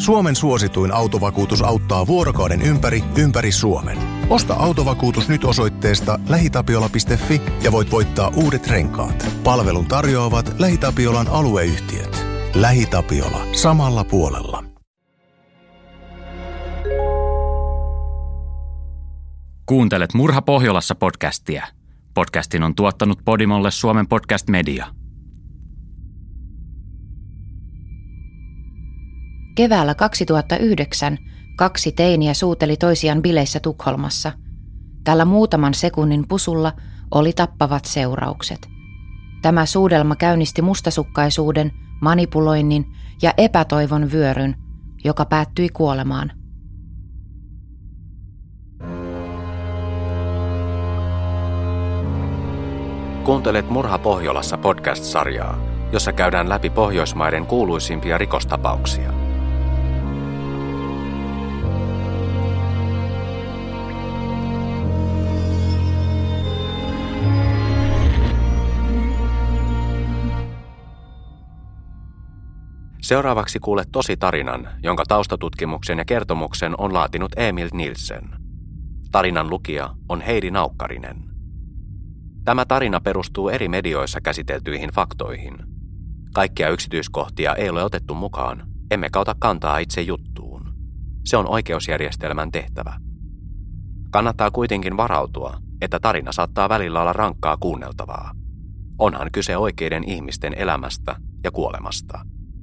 Suomen suosituin autovakuutus auttaa vuorokauden ympäri Suomen. Osta autovakuutus nyt osoitteesta lähitapiola.fi ja voit voittaa uudet renkaat. Palvelun tarjoavat LähiTapiolan alueyhtiöt. LähiTapiola. Samalla puolella. Kuuntelet Murha Pohjolassa podcastia. Podcastin on tuottanut Podimolle Suomen Podcast Media. Keväällä 2009 kaksi teiniä suuteli toisiaan bileissä Tukholmassa. Tällä muutaman sekunnin pusulla oli tappavat seuraukset. Tämä suudelma käynnisti mustasukkaisuuden, manipuloinnin ja epätoivon vyöryn, joka päättyi kuolemaan. Kuuntelet Murha Pohjolassa podcast-sarjaa, jossa käydään läpi Pohjoismaiden kuuluisimpia rikostapauksia. Seuraavaksi kuulet tositarinan, jonka taustatutkimuksen ja kertomuksen on laatinut Emil Nielsen. Tarinan lukija on Heidi Naukkarinen. Tämä tarina perustuu eri medioissa käsiteltyihin faktoihin. Kaikkia yksityiskohtia ei ole otettu mukaan, emmekä ota kantaa itse juttuun. Se on oikeusjärjestelmän tehtävä. Kannattaa kuitenkin varautua, että tarina saattaa välillä olla rankkaa kuunneltavaa. Onhan kyse oikeiden ihmisten elämästä ja kuolemasta.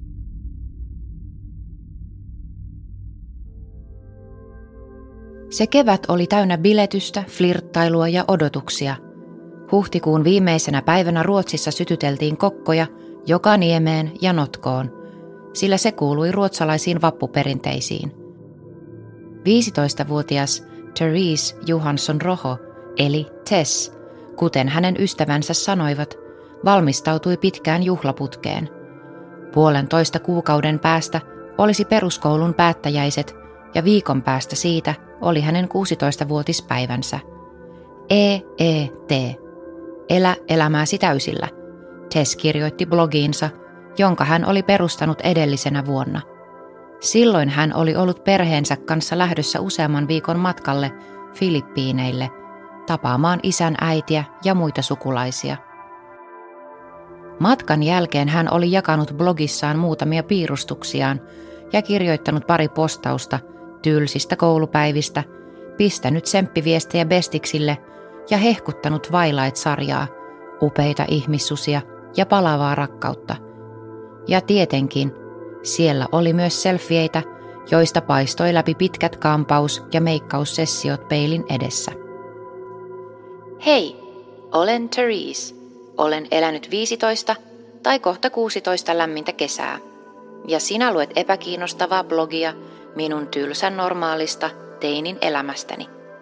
Se kevät oli täynnä biletystä, flirttailua ja odotuksia. Huhtikuun viimeisenä päivänä Ruotsissa sytyteltiin kokkoja joka niemeen ja notkoon, sillä se kuului ruotsalaisiin vappuperinteisiin. 15-vuotias Therese Johansson Roho, eli Tess, kuten hänen ystävänsä sanoivat, valmistautui pitkään juhlaputkeen. 1,5 kuukauden päästä olisi peruskoulun päättäjäiset ja viikon päästä siitä oli hänen 16-vuotispäivänsä. EET. Elä elämääsi täysillä, Tess kirjoitti blogiinsa, jonka hän oli perustanut edellisenä vuonna. Silloin hän oli ollut perheensä kanssa lähdössä useamman viikon matkalle Filippiineille, tapaamaan isän äitiä ja muita sukulaisia. Matkan jälkeen hän oli jakanut blogissaan muutamia piirustuksiaan ja kirjoittanut pari postausta tylsistä koulupäivistä, pistänyt tsemppiviestejä bestiksille ja hehkuttanut Twilight-sarjaa, upeita ihmissusia ja palavaa rakkautta. Ja tietenkin, siellä oli myös selfieitä, joista paistoi läpi pitkät kampaus- ja meikkaussessiot peilin edessä. Hei, olen Therese. Olen elänyt 15 tai kohta 16 lämmintä kesää. Ja sinä luet epäkiinnostavaa blogia minun tylsän normaalista teinin elämästäni.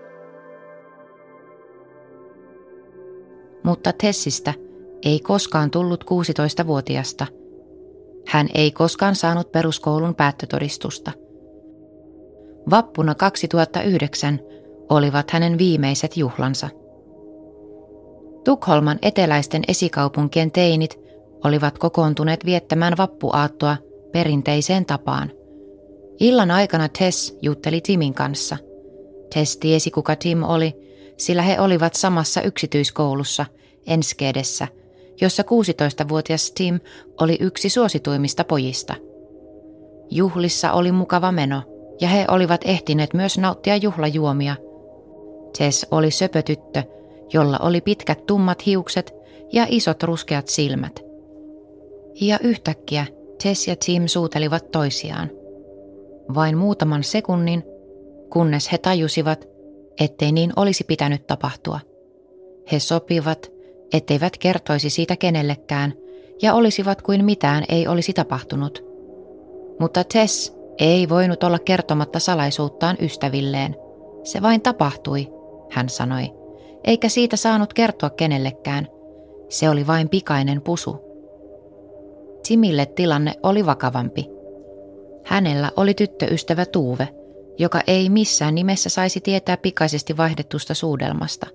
Mutta Tessistä ei koskaan tullut 16-vuotiasta. Hän ei koskaan saanut peruskoulun päättötodistusta. Vappuna 2009 olivat hänen viimeiset juhlansa. Tukholman eteläisten esikaupunkien teinit olivat kokoontuneet viettämään vappuaattoa perinteiseen tapaan. Illan aikana Tess jutteli Timin kanssa. Tess tiesi, kuka Tim oli, sillä he olivat samassa yksityiskoulussa Enskedessä, jossa 16-vuotias Tim oli yksi suosituimmista pojista. Juhlissa oli mukava meno, ja he olivat ehtineet myös nauttia juhlajuomia. Tess oli söpötyttö, jolla oli pitkät tummat hiukset ja isot ruskeat silmät. Ja yhtäkkiä Tess ja Tim suutelivat toisiaan. Vain muutaman sekunnin, kunnes he tajusivat, ettei niin olisi pitänyt tapahtua. He sopivat, etteivät kertoisi siitä kenellekään ja olisivat kuin mitään ei olisi tapahtunut. Mutta Tess ei voinut olla kertomatta salaisuuttaan ystävilleen. Se vain tapahtui, hän sanoi, eikä siitä saanut kertoa kenellekään. Se oli vain pikainen pusu. Timille tilanne oli vakavampi. Hänellä oli tyttöystävä Tuve, joka ei missään nimessä saisi tietää pikaisesti vaihdetusta suudelmasta.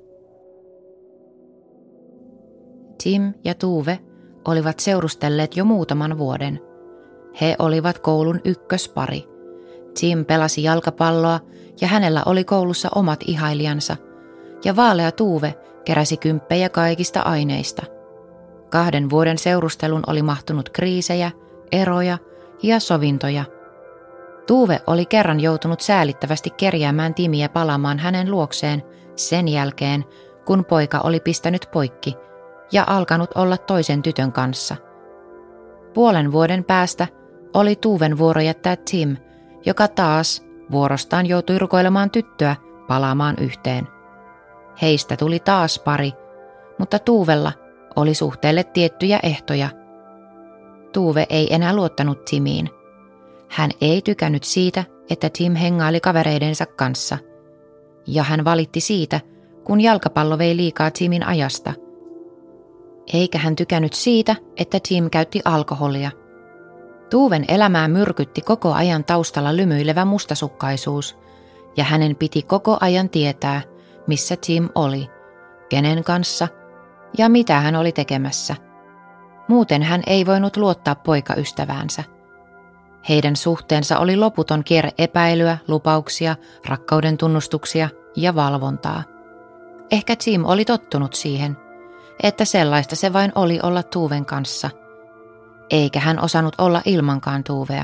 Tim ja Tuve olivat seurustelleet jo muutaman vuoden. He olivat koulun ykköspari, Tim pelasi jalkapalloa ja hänellä oli koulussa omat ihailijansa, ja vaalea Tuve keräsi kymppejä kaikista aineista. 2 vuoden seurustelun oli mahtunut kriisejä, eroja ja sovintoja. Tuve oli kerran joutunut säälittävästi kerjäämään Timiä palaamaan hänen luokseen sen jälkeen, kun poika oli pistänyt poikki ja alkanut olla toisen tytön kanssa. 5 vuoden päästä oli Tuven vuoro jättää Tim, joka taas vuorostaan joutui rukoilemaan tyttöä palaamaan yhteen. Heistä tuli taas pari, mutta Tuvella oli suhteelle tiettyjä ehtoja. Tuve ei enää luottanut Timiin. Hän ei tykännyt siitä, että Tim hengaili kavereidensa kanssa. Ja hän valitti siitä, kun jalkapallo vei liikaa Timin ajasta. Eikä hän tykännyt siitä, että Tim käytti alkoholia. Tuven elämää myrkytti koko ajan taustalla lymyilevä mustasukkaisuus, ja hänen piti koko ajan tietää, missä Tim oli, kenen kanssa ja mitä hän oli tekemässä. Muuten hän ei voinut luottaa poikaystäväänsä. Heidän suhteensa oli loputon kierre epäilyä, lupauksia, rakkauden tunnustuksia ja valvontaa. Ehkä Tim oli tottunut siihen, että sellaista se vain oli olla Tuven kanssa, eikä hän osannut olla ilmankaan Tuvea.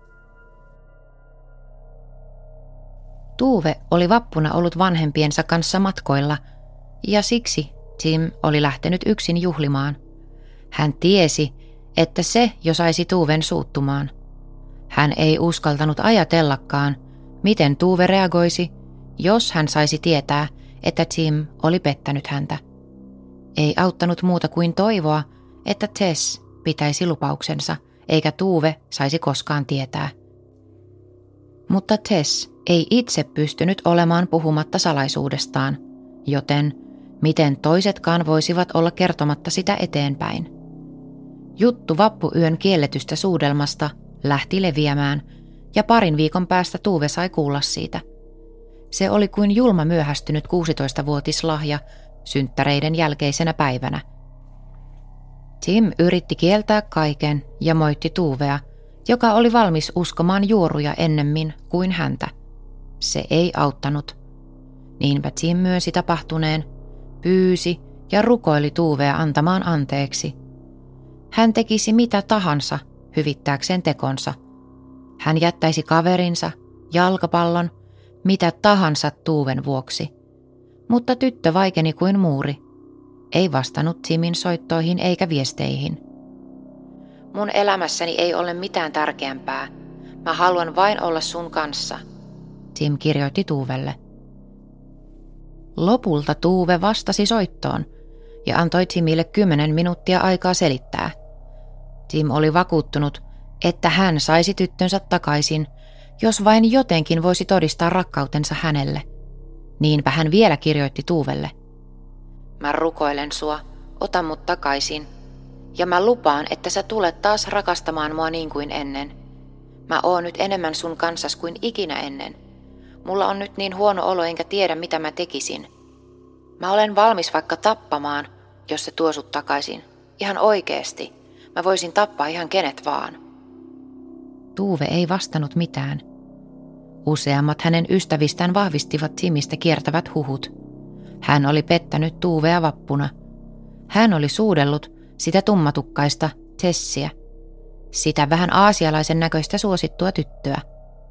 Tuve oli vappuna ollut vanhempiensa kanssa matkoilla, ja siksi Tim oli lähtenyt yksin juhlimaan. Hän tiesi, että se jo saisi Tuven suuttumaan. Hän ei uskaltanut ajatellakaan, miten Tuve reagoisi, jos hän saisi tietää, että Tim oli pettänyt häntä. Ei auttanut muuta kuin toivoa, että Tess pitäisi lupauksensa, eikä Tuve saisi koskaan tietää. Mutta Tess ei itse pystynyt olemaan puhumatta salaisuudestaan, joten miten toisetkaan voisivat olla kertomatta sitä eteenpäin. Juttu vappuyön kielletystä suudelmasta lähti leviämään, ja 2 viikon päästä Tuve sai kuulla siitä. Se oli kuin julma myöhästynyt 16-vuotislahja synttäreiden jälkeisenä päivänä. Tim yritti kieltää kaiken ja moitti Tuvea, joka oli valmis uskomaan juoruja ennemmin kuin häntä. Se ei auttanut. Niinpä Tim myönsi tapahtuneen, pyysi ja rukoili Tuvea antamaan anteeksi. Hän tekisi mitä tahansa hyvittääkseen tekonsa. Hän jättäisi kaverinsa, jalkapallon, mitä tahansa Tuven vuoksi. Mutta tyttö vaikeni kuin muuri. Ei vastannut Timin soittoihin eikä viesteihin. Mun elämässäni ei ole mitään tärkeämpää. Mä haluan vain olla sun kanssa, Tim kirjoitti Tuvelle. Lopulta Tuve vastasi soittoon ja antoi Timille 10 minuuttia aikaa selittää. Tim oli vakuuttunut, että hän saisi tyttönsä takaisin, jos vain jotenkin voisi todistaa rakkautensa hänelle. Niinpä hän vielä kirjoitti Tuvelle. Mä rukoilen sua, ota mut takaisin, ja mä lupaan, että sä tulet taas rakastamaan mua niin kuin ennen. Mä oon nyt enemmän sun kanssas kuin ikinä ennen. Mulla on nyt niin huono olo enkä tiedä mitä mä tekisin. Mä olen valmis vaikka tappamaan, jos se tuo sut takaisin. Ihan oikeesti. Mä voisin tappaa ihan kenet vaan. Tuve ei vastannut mitään. Useammat hänen ystävistään vahvistivat Timistä kiertävät huhut. Hän oli pettänyt Tuvea vappuna. Hän oli suudellut sitä tummatukkaista Tessiä, sitä vähän aasialaisen näköistä suosittua tyttöä.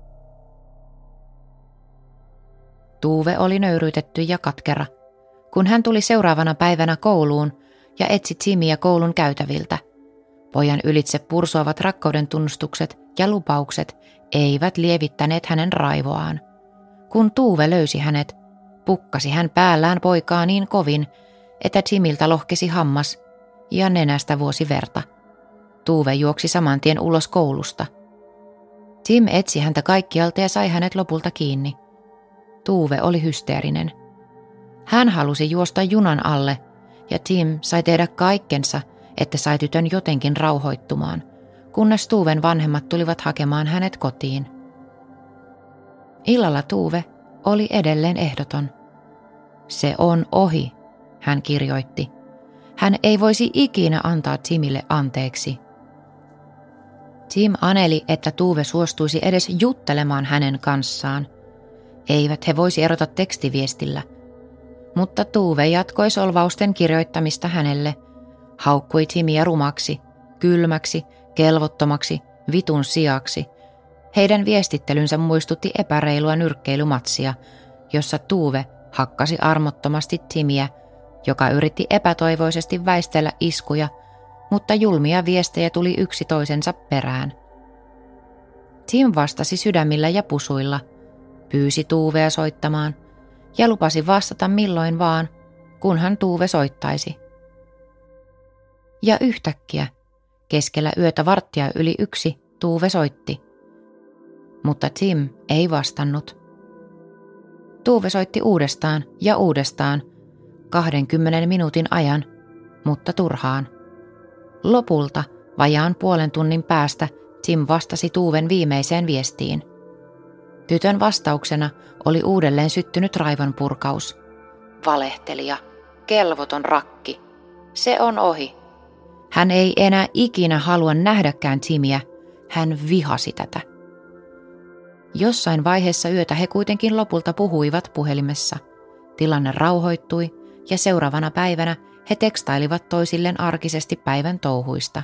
Tuve oli nöyryytetty ja katkera, kun hän tuli seuraavana päivänä kouluun ja etsi Timiä koulun käytäviltä. Pojan ylitse pursuavat rakkauden tunnustukset ja lupaukset eivät lievittäneet hänen raivoaan. Kun Tuve löysi hänet, pukkasi hän päällään poikaa niin kovin, että Timiltä lohkesi hammas ja nenästä vuosi verta. Tuve juoksi saman tien ulos koulusta. Tim etsi häntä kaikkialta ja sai hänet lopulta kiinni. Tuve oli hysteerinen. Hän halusi juosta junan alle ja Tim sai tehdä kaikkensa, että sai tytön jotenkin rauhoittumaan, kunnes Tuven vanhemmat tulivat hakemaan hänet kotiin. Illalla Tuve oli edelleen ehdoton. Se on ohi, hän kirjoitti. Hän ei voisi ikinä antaa Timille anteeksi. Tim aneli, että Tuve suostuisi edes juttelemaan hänen kanssaan. Eivät he voisi erota tekstiviestillä. Mutta Tuve jatkoi solvausten kirjoittamista hänelle, haukkui Timia rumaksi, kylmäksi, kelvottomaksi, vitun sijaksi. Heidän viestittelynsä muistutti epäreilua nyrkkeilymatsia, jossa Tuve hakkasi armottomasti Timiä, joka yritti epätoivoisesti väistellä iskuja, mutta julmia viestejä tuli yksi toisensa perään. Tim vastasi sydämillä ja pusuilla, pyysi Tuvea soittamaan ja lupasi vastata milloin vaan, kunhan Tuve soittaisi. Ja yhtäkkiä, keskellä yötä 1:15, Tuve soitti. Mutta Tim ei vastannut. Tuve soitti uudestaan ja uudestaan, 20 minuutin ajan, mutta turhaan. Lopulta, vajaan puolen tunnin päästä, Tim vastasi Tuven viimeiseen viestiin. Tytön vastauksena oli uudelleen syttynyt raivonpurkaus. Valehtelija, kelvoton rakki. Se on ohi. Hän ei enää ikinä halua nähdäkään Timiä. Hän vihasi tätä. Jossain vaiheessa yötä he kuitenkin lopulta puhuivat puhelimessa. Tilanne rauhoittui ja seuraavana päivänä he tekstailivat toisilleen arkisesti päivän touhuista.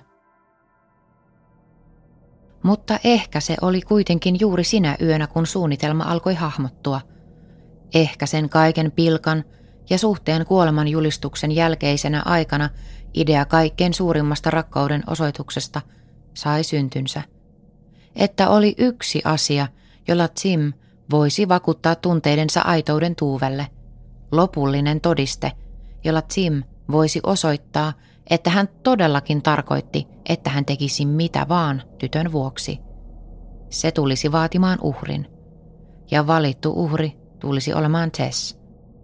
Mutta ehkä se oli kuitenkin juuri sinä yönä, kun suunnitelma alkoi hahmottua. Ehkä sen kaiken pilkan ja suhteen kuoleman julistuksen jälkeisenä aikana idea kaikkein suurimmasta rakkauden osoituksesta sai syntynsä. Että oli yksi asia, jolla Tim voisi vakuuttaa tunteidensa aitouden Tuvelle. Lopullinen todiste, jolla Tim voisi osoittaa, että hän todellakin tarkoitti, että hän tekisi mitä vaan tytön vuoksi. Se tulisi vaatimaan uhrin. Ja valittu uhri tulisi olemaan Tess.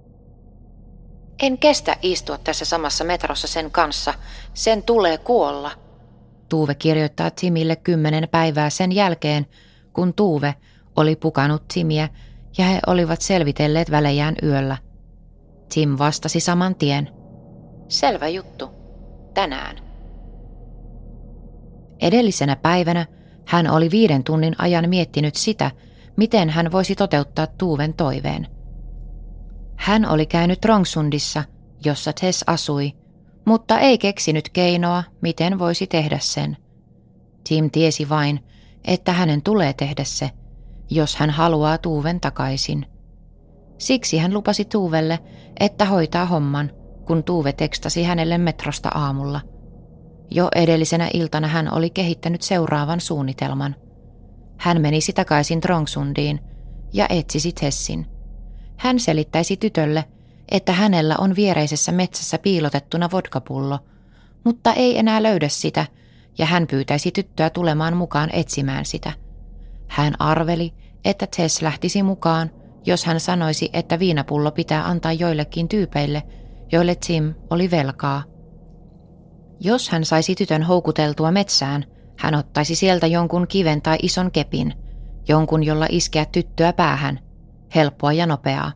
En kestä istua tässä samassa metrossa sen kanssa. Sen tulee kuolla. Tuve kirjoittaa Timille 10 päivää sen jälkeen, kun Tuve oli pukannut Timiä ja he olivat selvitelleet välejään yöllä. Tim vastasi saman tien. Selvä juttu. Tänään. Edellisenä päivänä hän oli 5 tunnin ajan miettinyt sitä, miten hän voisi toteuttaa Tuven toiveen. Hän oli käynyt Trångsundissa, jossa Tess asui, mutta ei keksinyt keinoa, miten voisi tehdä sen. Tim tiesi vain, että hänen tulee tehdä se, jos hän haluaa Tuven takaisin. Siksi hän lupasi Tuvelle, että hoitaa homman, kun Tuve tekstasi hänelle metrosta aamulla. Jo edellisenä iltana hän oli kehittänyt seuraavan suunnitelman. Hän menisi takaisin Trångsundiin ja etsisi Tessin. Hän selittäisi tytölle, että hänellä on viereisessä metsässä piilotettuna vodkapullo, mutta ei enää löydä sitä, ja hän pyytäisi tyttöä tulemaan mukaan etsimään sitä. Hän arveli, että Tess lähtisi mukaan, jos hän sanoisi, että viinapullo pitää antaa joillekin tyypeille, joille Tim oli velkaa. Jos hän saisi tytön houkuteltua metsään, hän ottaisi sieltä jonkun kiven tai ison kepin, jonkun jolla iskeä tyttöä päähän, helppoa ja nopeaa.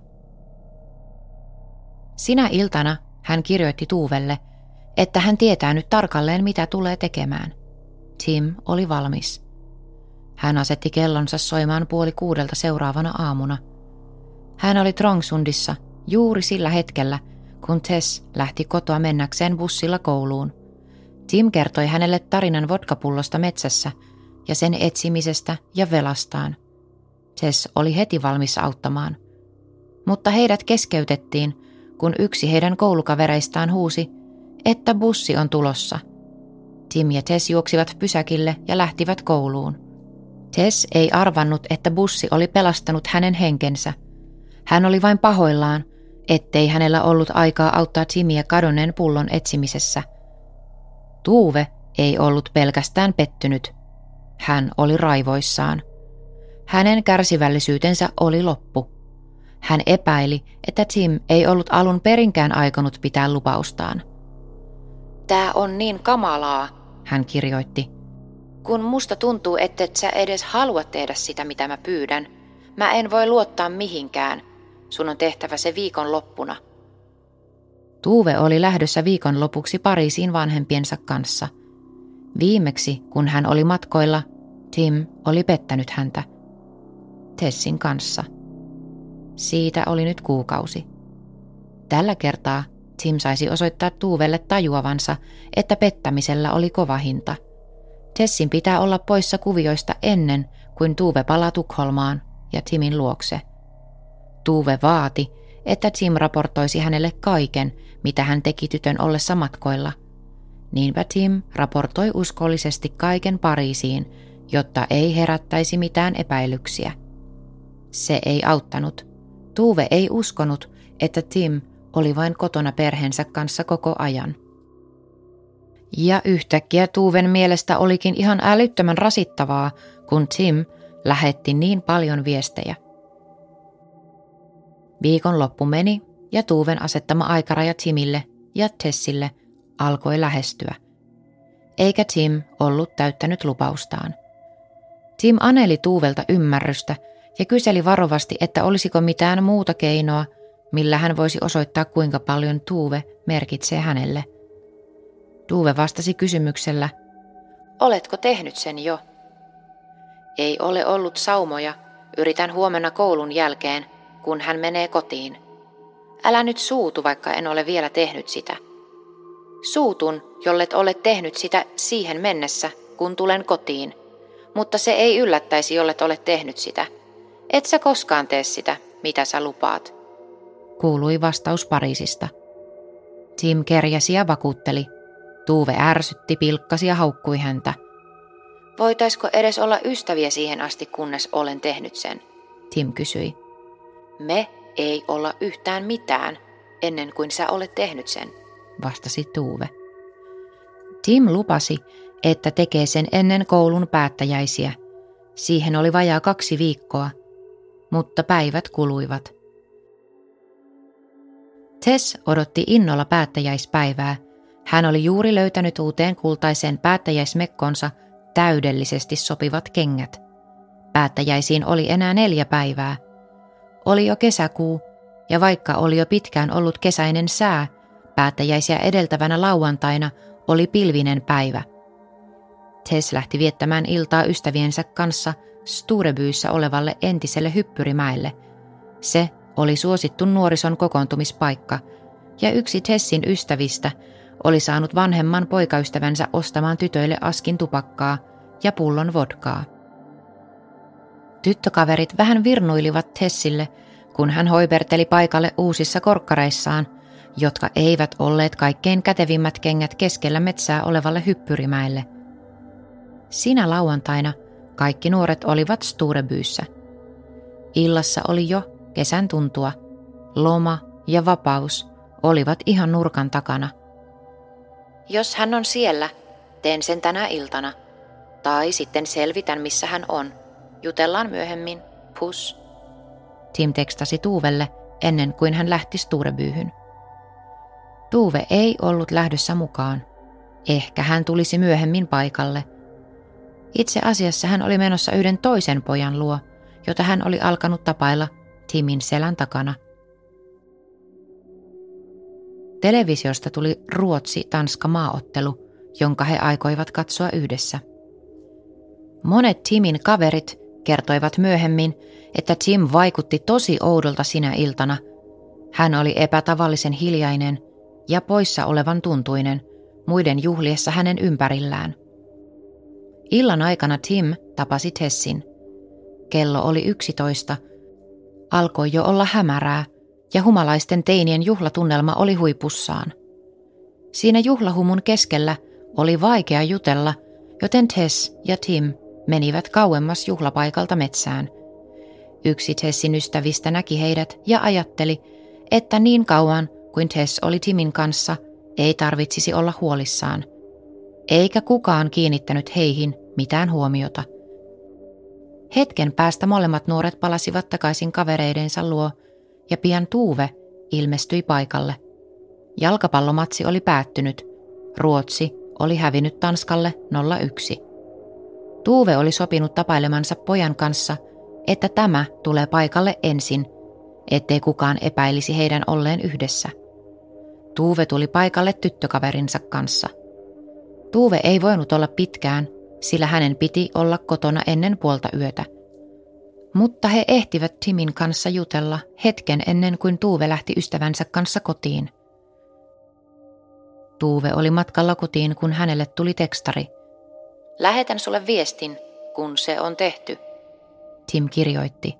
Sinä iltana hän kirjoitti Tuvelle, että hän tietää nyt tarkalleen mitä tulee tekemään. Tim oli valmis. Hän asetti kellonsa soimaan 5:30 seuraavana aamuna. Hän oli Trångsundissa juuri sillä hetkellä, kun Tess lähti kotoa mennäkseen bussilla kouluun. Tim kertoi hänelle tarinan vodkapullosta metsässä ja sen etsimisestä ja velastaan. Tess oli heti valmis auttamaan. Mutta heidät keskeytettiin, kun yksi heidän koulukavereistaan huusi, että bussi on tulossa. Tim ja Tess juoksivat pysäkille ja lähtivät kouluun. Tess ei arvannut, että bussi oli pelastanut hänen henkensä. Hän oli vain pahoillaan, ettei hänellä ollut aikaa auttaa Timiä kadonneen pullon etsimisessä. Tuve ei ollut pelkästään pettynyt. Hän oli raivoissaan. Hänen kärsivällisyytensä oli loppu. Hän epäili, että Tim ei ollut alun perinkään aikonut pitää lupaustaan. Tää on niin kamalaa, hän kirjoitti. Kun musta tuntuu, ettet sä edes halua tehdä sitä, mitä mä pyydän. Mä en voi luottaa mihinkään. Sun on tehtävä se viikonloppuna. Tuve oli lähdössä viikonlopuksi Pariisiin vanhempiensa kanssa. Viimeksi, kun hän oli matkoilla, Tim oli pettänyt häntä Tessin kanssa. Siitä oli nyt kuukausi. Tällä kertaa Tim saisi osoittaa Tuuvelle tajuavansa, että pettämisellä oli kova hinta. Tessin pitää olla poissa kuvioista ennen kuin Tuve palaa Tukholmaan ja Timin luokse. Tuve vaati, että Tim raportoisi hänelle kaiken, mitä hän teki tytön ollessa matkoilla. Niinpä Tim raportoi uskollisesti kaiken Pariisiin, jotta ei herättäisi mitään epäilyksiä. Se ei auttanut. Tuve ei uskonut, että Tim oli vain kotona perheensä kanssa koko ajan. Ja yhtäkkiä Tuven mielestä olikin ihan älyttömän rasittavaa, kun Tim lähetti niin paljon viestejä. Viikonloppu meni ja Tuven asettama aikaraja Timille ja Tessille alkoi lähestyä. Eikä Tim ollut täyttänyt lupaustaan. Tim aneli Tuvelta ymmärrystä ja kyseli varovasti, että olisiko mitään muuta keinoa, millä hän voisi osoittaa, kuinka paljon Tuve merkitsee hänelle. Tuve vastasi kysymyksellä, "Oletko tehnyt sen jo?" "Ei ole ollut saumoja. Yritän huomenna koulun jälkeen, kun hän menee kotiin." "Älä nyt suutu, vaikka en ole vielä tehnyt sitä." "Suutun, jollet ole tehnyt sitä siihen mennessä, kun tulen kotiin. Mutta se ei yllättäisi, jollet ole tehnyt sitä. Et sä koskaan tee sitä, mitä sä lupaat." Kuului vastaus Pariisista. Tim kerjäsi ja vakuutteli. Tuve ärsytti, pilkkasi ja haukkui häntä. "Voitaisko edes olla ystäviä siihen asti, kunnes olen tehnyt sen?" Tim kysyi. "Me ei olla yhtään mitään, ennen kuin sä olet tehnyt sen", vastasi Tuve. Tim lupasi, että tekee sen ennen koulun päättäjäisiä. Siihen oli vajaa 2 viikkoa, mutta päivät kuluivat. Tess odotti innolla päättäjäispäivää. Hän oli juuri löytänyt uuteen kultaiseen päättäjäismekkonsa täydellisesti sopivat kengät. Päättäjäisiin oli enää 4 päivää. Oli jo kesäkuu, ja vaikka oli jo pitkään ollut kesäinen sää, päättäjäisiä edeltävänä lauantaina oli pilvinen päivä. Tess lähti viettämään iltaa ystäviensä kanssa Sturebyyssä olevalle entiselle hyppyrimäelle. Se oli suosittu nuorison kokoontumispaikka, ja yksi Tessin ystävistä oli saanut vanhemman poikaystävänsä ostamaan tytöille askin tupakkaa ja pullon vodkaa. Tyttökaverit vähän virnuilivat Tessille, kun hän hoiberteli paikalle uusissa korkkareissaan, jotka eivät olleet kaikkein kätevimmät kengät keskellä metsää olevalle hyppyrimäelle. Sinä lauantaina kaikki nuoret olivat Sturebyyssä. Illassa oli jo kesän tuntua. Loma ja vapaus olivat ihan nurkan takana. "Jos hän on siellä, teen sen tänä iltana. Tai sitten selvitän, missä hän on. Jutellaan myöhemmin. Puss." Tim tekstasi Tuvelle ennen kuin hän lähti Sturebyyhyn. Tuve ei ollut lähdössä mukaan. Ehkä hän tulisi myöhemmin paikalle. Itse asiassa hän oli menossa yhden toisen pojan luo, jota hän oli alkanut tapailla Timin selän takana. Televisiosta tuli Ruotsi-Tanska-maaottelu, jonka he aikoivat katsoa yhdessä. Monet Timin kaverit kertoivat myöhemmin, että Tim vaikutti tosi oudolta sinä iltana. Hän oli epätavallisen hiljainen ja poissa olevan tuntuinen, muiden juhliessa hänen ympärillään. Illan aikana Tim tapasi Tessin. Kello oli 11. Alkoi jo olla hämärää ja humalaisten teinien juhlatunnelma oli huipussaan. Siinä juhlahumun keskellä oli vaikea jutella, joten Tess ja Tim menivät kauemmas juhlapaikalta metsään. Yksi Tessin ystävistä näki heidät ja ajatteli, että niin kauan kuin Tess oli Timin kanssa, ei tarvitsisi olla huolissaan. Eikä kukaan kiinnittänyt heihin mitään huomiota. Hetken päästä molemmat nuoret palasivat takaisin kavereidensa luo ja pian Tuve ilmestyi paikalle. Jalkapallomatsi oli päättynyt. Ruotsi oli hävinnyt Tanskalle 0-1. Tuve oli sopinut tapailemansa pojan kanssa, että tämä tulee paikalle ensin, ettei kukaan epäilisi heidän olleen yhdessä. Tuve tuli paikalle tyttökaverinsa kanssa. Tuve ei voinut olla pitkään, sillä hänen piti olla kotona ennen 00:30. Mutta he ehtivät Timin kanssa jutella hetken ennen kuin Tuve lähti ystävänsä kanssa kotiin. Tuve oli matkalla kotiin, kun hänelle tuli tekstari. Lähetän sulle viestin, kun se on tehty, Tim kirjoitti.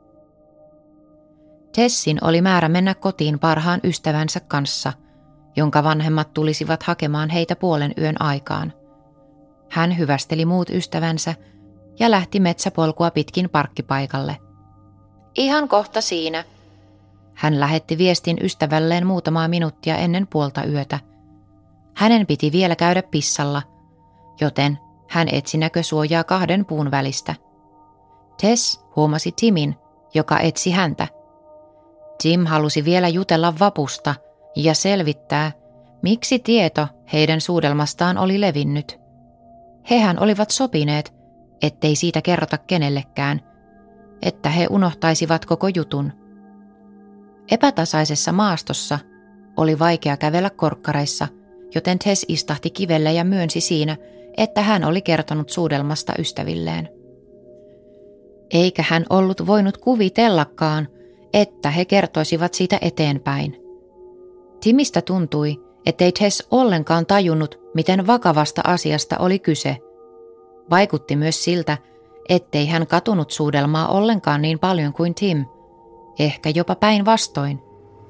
Tessin oli määrä mennä kotiin parhaan ystävänsä kanssa, jonka vanhemmat tulisivat hakemaan heitä 00:30 aikaan. Hän hyvästeli muut ystävänsä ja lähti metsäpolkua pitkin parkkipaikalle. Ihan kohta siinä. Hän lähetti viestin ystävälleen muutamaa minuuttia ennen 00:30. Hänen piti vielä käydä pissalla, joten hän etsi näkösuojaa 2 puun välistä. Tess huomasi Timin, joka etsi häntä. Tim halusi vielä jutella vapusta ja selvittää, miksi tieto heidän suudelmastaan oli levinnyt. Hehän olivat sopineet, ettei siitä kerrota kenellekään, että he unohtaisivat koko jutun. Epätasaisessa maastossa oli vaikea kävellä korkkareissa, joten Tess istahti kivelle ja myönsi siinä, että hän oli kertonut suudelmasta ystävilleen. Eikä hän ollut voinut kuvitellakaan, että he kertoisivat siitä eteenpäin. Timistä tuntui, ettei Tess ollenkaan tajunnut, miten vakavasta asiasta oli kyse. Vaikutti myös siltä, ettei hän katunut suudelmaa ollenkaan niin paljon kuin Tim, ehkä jopa päinvastoin.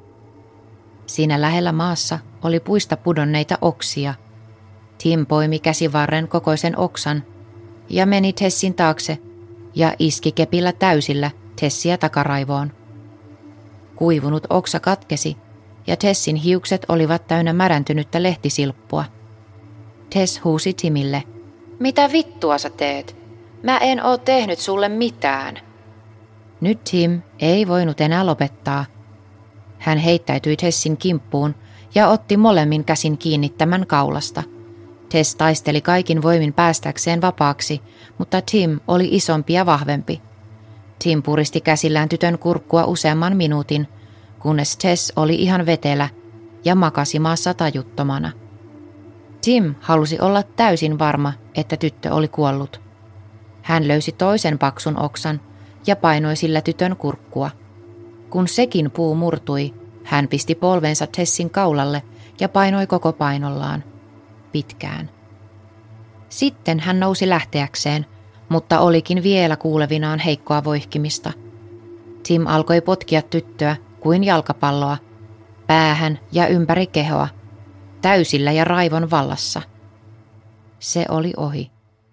Siinä lähellä maassa oli puista pudonneita oksia. Tim poimi käsivarren kokoisen oksan ja meni Tessin taakse ja iski kepillä täysillä Tessiä takaraivoon. Kuivunut oksa katkesi ja Tessin hiukset olivat täynnä märäntynyttä lehtisilppua. Tess huusi Timille. Mitä vittua sä teet? Mä en oo tehnyt sulle mitään. Nyt Tim ei voinut enää lopettaa. Hän heittäytyi Tessin kimppuun ja otti molemmin käsin kiinni tämän kaulasta. Tess taisteli kaikin voimin päästäkseen vapaaksi, mutta Tim oli isompi ja vahvempi. Tim puristi käsillään tytön kurkkua useamman minuutin, kunnes Tess oli ihan vetelä ja makasi maassa tajuttomana. Tim halusi olla täysin varma, että tyttö oli kuollut. Hän löysi toisen paksun oksan ja painoi sillä tytön kurkkua. Kun sekin puu murtui, hän pisti polvensa Tessin kaulalle ja painoi koko painollaan. Pitkään. Sitten hän nousi lähteäkseen, mutta olikin vielä kuulevinaan heikkoa voihkimista. Tim alkoi potkia tyttöä kuin jalkapalloa, päähän ja ympäri kehoa, täysillä ja raivon vallassa. Se oli ohi.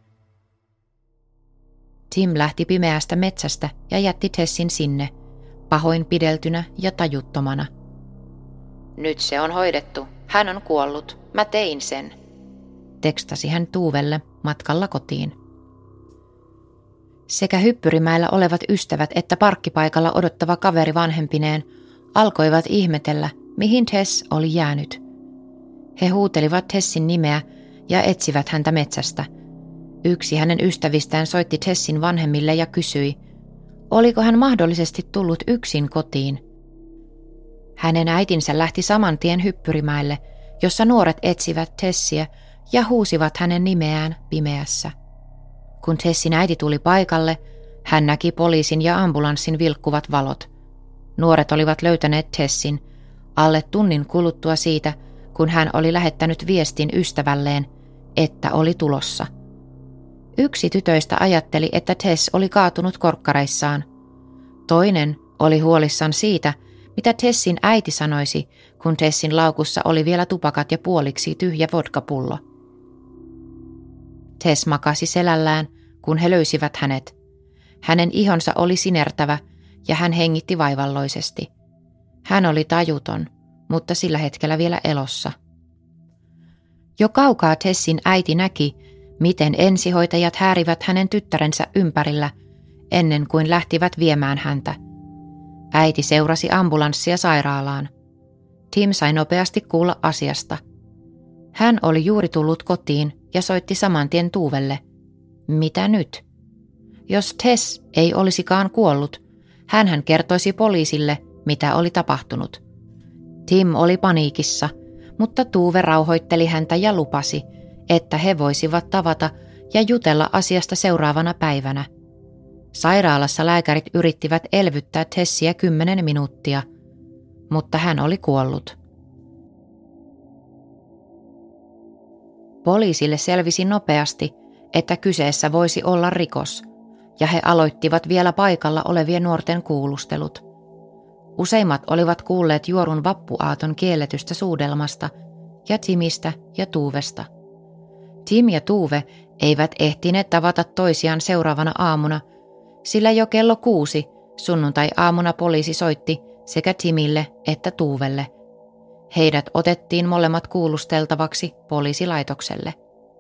Tim lähti pimeästä metsästä ja jätti Tessin sinne, pahoinpideltynä ja tajuttomana. Nyt se on hoidettu. Hän on kuollut. Mä tein sen, tekstasi hän Tuvelle matkalla kotiin. Sekä hyppyrimäellä olevat ystävät että parkkipaikalla odottava kaveri vanhempineen alkoivat ihmetellä, mihin Tess oli jäänyt. He huutelivat Tessin nimeä ja etsivät häntä metsästä. Yksi hänen ystävistään soitti Tessin vanhemmille ja kysyi, oliko hän mahdollisesti tullut yksin kotiin. Hänen äitinsä lähti saman tien hyppyrimäelle, jossa nuoret etsivät Tessiä ja huusivat hänen nimeään pimeässä. Kun Tessin äiti tuli paikalle, hän näki poliisin ja ambulanssin vilkkuvat valot. Nuoret olivat löytäneet Tessin alle tunnin kuluttua siitä, kun hän oli lähettänyt viestin ystävälleen, että oli tulossa. Yksi tytöistä ajatteli, että Tess oli kaatunut korkkareissaan. Toinen oli huolissaan siitä, mitä Tessin äiti sanoisi, kun Tessin laukussa oli vielä tupakat ja puoliksi tyhjä vodkapullo. Tess makasi selällään, kun he löysivät hänet. Hänen ihonsa oli sinertävä ja hän hengitti vaivalloisesti. Hän oli tajuton, mutta sillä hetkellä vielä elossa. Jo kaukaa Tessin äiti näki, miten ensihoitajat häärivät hänen tyttärensä ympärillä ennen kuin lähtivät viemään häntä. Äiti seurasi ambulanssia sairaalaan. Tim sai nopeasti kuulla asiasta. Hän oli juuri tullut kotiin ja soitti saman tien Tuvelle. Mitä nyt? Jos Tess ei olisikaan kuollut, hänhän kertoisi poliisille, mitä oli tapahtunut. Tim oli paniikissa, mutta Tuve rauhoitteli häntä ja lupasi, että he voisivat tavata ja jutella asiasta seuraavana päivänä. Sairaalassa lääkärit yrittivät elvyttää Tessiä 10 minuuttia, mutta hän oli kuollut. Poliisille selvisi nopeasti, että kyseessä voisi olla rikos, ja he aloittivat vielä paikalla olevien nuorten kuulustelut. Useimmat olivat kuulleet Jorun vappuaaton kielletystä suudelmasta ja Timistä ja Tuvesta. Tim ja Tuve eivät ehtineet tavata toisiaan seuraavana aamuna, sillä jo kello 6 sunnuntai-aamuna poliisi soitti sekä Timille että Tuvelle. Heidät otettiin molemmat kuulusteltavaksi poliisilaitokselle.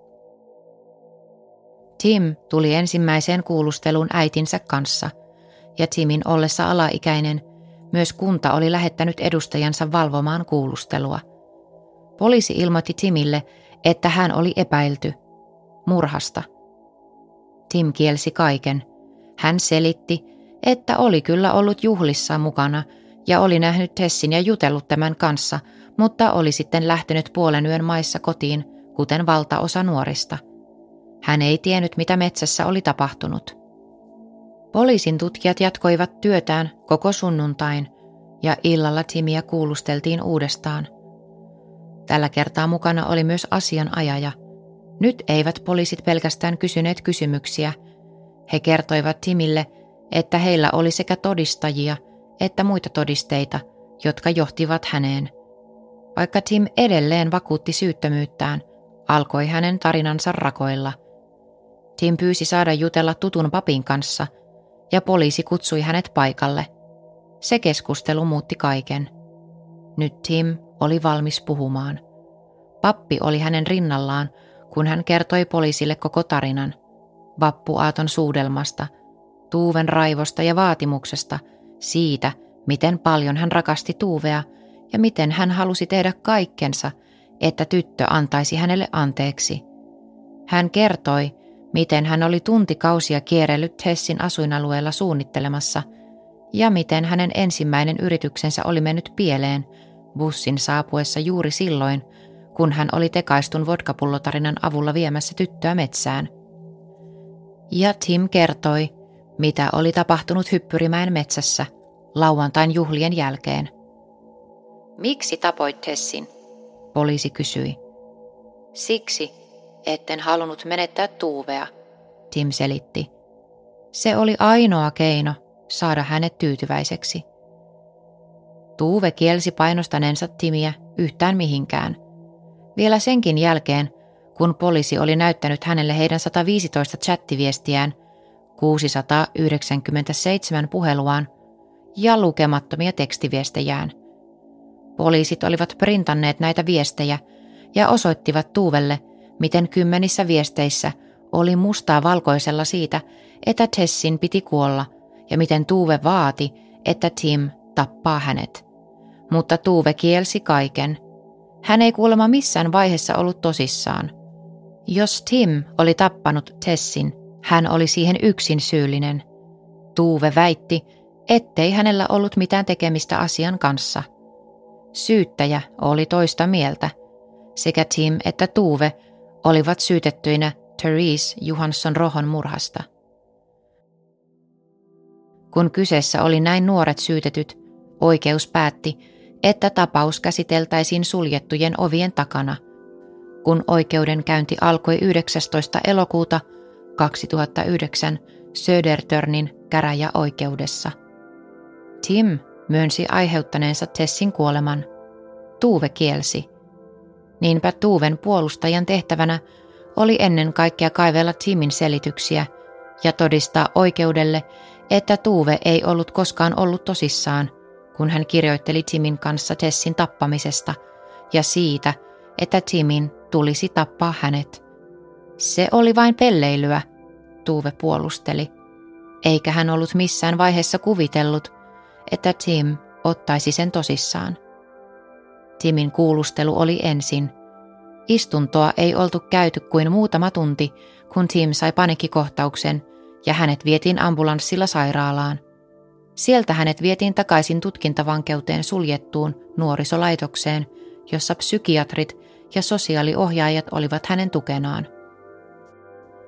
Tim tuli ensimmäiseen kuulusteluun äitinsä kanssa, ja Timin ollessa alaikäinen myös kunta oli lähettänyt edustajansa valvomaan kuulustelua. Poliisi ilmoitti Timille, että hän oli epäilty murhasta. Tim kielsi kaiken. Hän selitti, että oli kyllä ollut juhlissa mukana ja oli nähnyt Tessin ja jutellut tämän kanssa, mutta oli sitten lähtenyt puolen yön maissa kotiin, kuten valtaosa nuorista. Hän ei tiennyt, mitä metsässä oli tapahtunut. Poliisin tutkijat jatkoivat työtään koko sunnuntain ja illalla Timiä kuulusteltiin uudestaan. Tällä kertaa mukana oli myös asianajaja. Nyt eivät poliisit pelkästään kysyneet kysymyksiä. He kertoivat Timille, että heillä oli sekä todistajia että muita todisteita, jotka johtivat häneen. Vaikka Tim edelleen vakuutti syyttömyyttään, alkoi hänen tarinansa rakoilla. Tim pyysi saada jutella tutun papin kanssa, ja poliisi kutsui hänet paikalle. Se keskustelu muutti kaiken. Nyt Tim oli valmis puhumaan. Pappi oli hänen rinnallaan, kun hän kertoi poliisille koko tarinan. Vappuaaton suudelmasta, Tuven raivosta ja vaatimuksesta, siitä, miten paljon hän rakasti Tuvea ja miten hän halusi tehdä kaikkensa, että tyttö antaisi hänelle anteeksi. Hän kertoi, miten hän oli tuntikausia kierrellyt Tessin asuinalueella suunnittelemassa ja miten hänen ensimmäinen yrityksensä oli mennyt pieleen bussin saapuessa juuri silloin, kun hän oli tekaistun vodkapullotarinan avulla viemässä tyttöä metsään. Ja Tim kertoi, mitä oli tapahtunut Hyppyrimäen metsässä lauantain juhlien jälkeen. Miksi tapoit Tessin? Poliisi kysyi. Siksi, etten halunnut menettää Tuvea, Tim selitti. Se oli ainoa keino saada hänet tyytyväiseksi. Tuve kielsi painostaneensa Timiä yhtään mihinkään. Vielä senkin jälkeen, kun poliisi oli näyttänyt hänelle heidän 115 chattiviestiään, 697 puheluaan ja lukemattomia tekstiviestejään. Poliisit olivat printanneet näitä viestejä ja osoittivat Tuvelle, miten 10 viesteissä oli mustaa valkoisella siitä, että Tessin piti kuolla ja miten Tuve vaati, että Tim tappaa hänet. Mutta Tuve kielsi kaiken. Hän ei kuulemma missään vaiheessa ollut tosissaan. Jos Tim oli tappanut Tessin, hän oli siihen yksin syyllinen. Tuve väitti, ettei hänellä ollut mitään tekemistä asian kanssa. Syyttäjä oli toista mieltä. Sekä Tim että Tuve olivat syytettyinä Therese Johansson Rohon murhasta. Kun kyseessä oli näin nuoret syytetyt, oikeus päätti, että tapaus käsiteltäisiin suljettujen ovien takana, kun oikeudenkäynti alkoi 19. elokuuta 2009 Södertörnin käräjäoikeudessa. Tim myönsi aiheuttaneensa Tessin kuoleman. Tuve kielsi. Niinpä Tuven puolustajan tehtävänä oli ennen kaikkea kaivella Timin selityksiä ja todistaa oikeudelle, että Tuve ei ollut koskaan ollut tosissaan, kun hän kirjoitteli Timin kanssa Tessin tappamisesta ja siitä, että Timin tulisi tappaa hänet. Se oli vain pelleilyä, Tuve puolusteli, eikä hän ollut missään vaiheessa kuvitellut, että Tim ottaisi sen tosissaan. Timin kuulustelu oli ensin. Istuntoa ei oltu käyty kuin muutama tunti, kun Tim sai paniikkikohtauksen ja hänet vietiin ambulanssilla sairaalaan. Sieltä hänet vietiin takaisin tutkintavankeuteen suljettuun nuorisolaitokseen, jossa psykiatrit ja sosiaaliohjaajat olivat hänen tukenaan.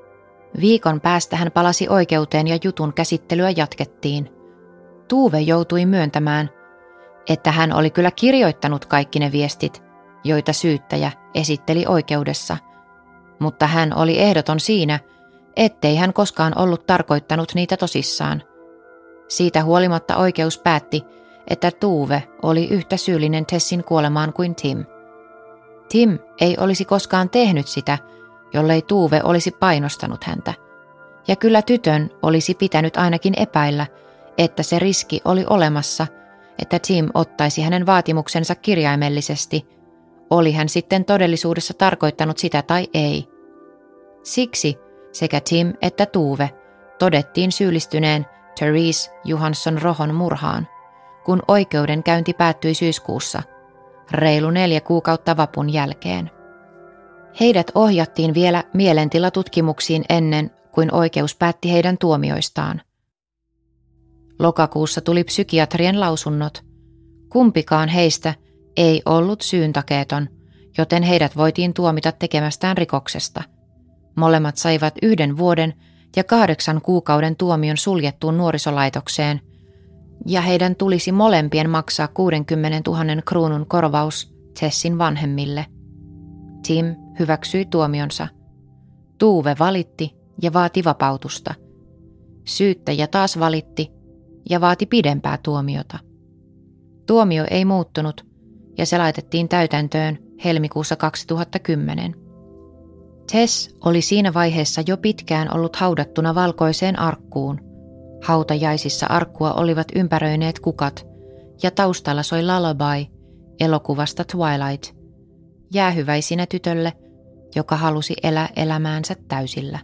Viikon päästä hän palasi oikeuteen ja jutun käsittelyä jatkettiin. Tuve joutui myöntämään, että hän oli kyllä kirjoittanut kaikki ne viestit, joita syyttäjä esitteli oikeudessa, mutta hän oli ehdoton siinä, ettei hän koskaan ollut tarkoittanut niitä tosissaan. Siitä huolimatta oikeus päätti, että Tuve oli yhtä syyllinen Tessin kuolemaan kuin Tim. Tim ei olisi koskaan tehnyt sitä, jollei Tuve olisi painostanut häntä. Ja kyllä tytön olisi pitänyt ainakin epäillä, että se riski oli olemassa, että Tim ottaisi hänen vaatimuksensa kirjaimellisesti, oli hän sitten todellisuudessa tarkoittanut sitä tai ei. Siksi sekä Tim että Tuve todettiin syyllistyneen Therese Johansson Rohon murhaan, kun oikeudenkäynti päättyi syyskuussa, reilu 4 kuukautta vapun jälkeen. Heidät ohjattiin vielä mielentilatutkimuksiin ennen kuin oikeus päätti heidän tuomioistaan. Lokakuussa tuli psykiatrien lausunnot. Kumpikaan heistä ei ollut syyntakeeton, joten heidät voitiin tuomita tekemästään rikoksesta. Molemmat saivat 1 vuoden ja 8 kuukauden tuomion suljettuun nuorisolaitokseen, ja heidän tulisi molempien maksaa 60 000 kruunun korvaus Tessin vanhemmille. Tim hyväksyi tuomionsa. Tuve valitti ja vaati vapautusta. Syyttäjä taas valitti ja vaati pidempää tuomiota. Tuomio ei muuttunut ja se laitettiin täytäntöön helmikuussa 2010. Tess oli siinä vaiheessa jo pitkään ollut haudattuna valkoiseen arkkuun. Hautajaisissa arkkua olivat ympäröineet kukat ja taustalla soi Lullaby elokuvasta Twilight, jäähyväisinä tytölle, joka halusi elää elämäänsä täysillä.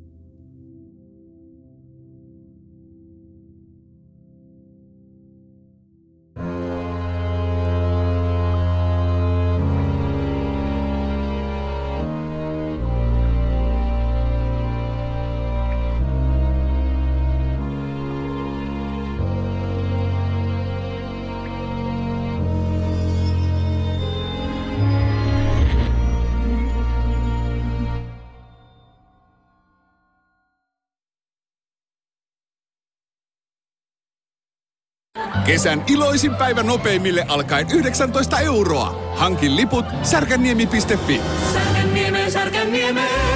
Kesän iloisin päivä nopeimille alkaen 19 €. Hankin liput Särkänniemi.fi. Särkänniemeen, Särkänniemeen.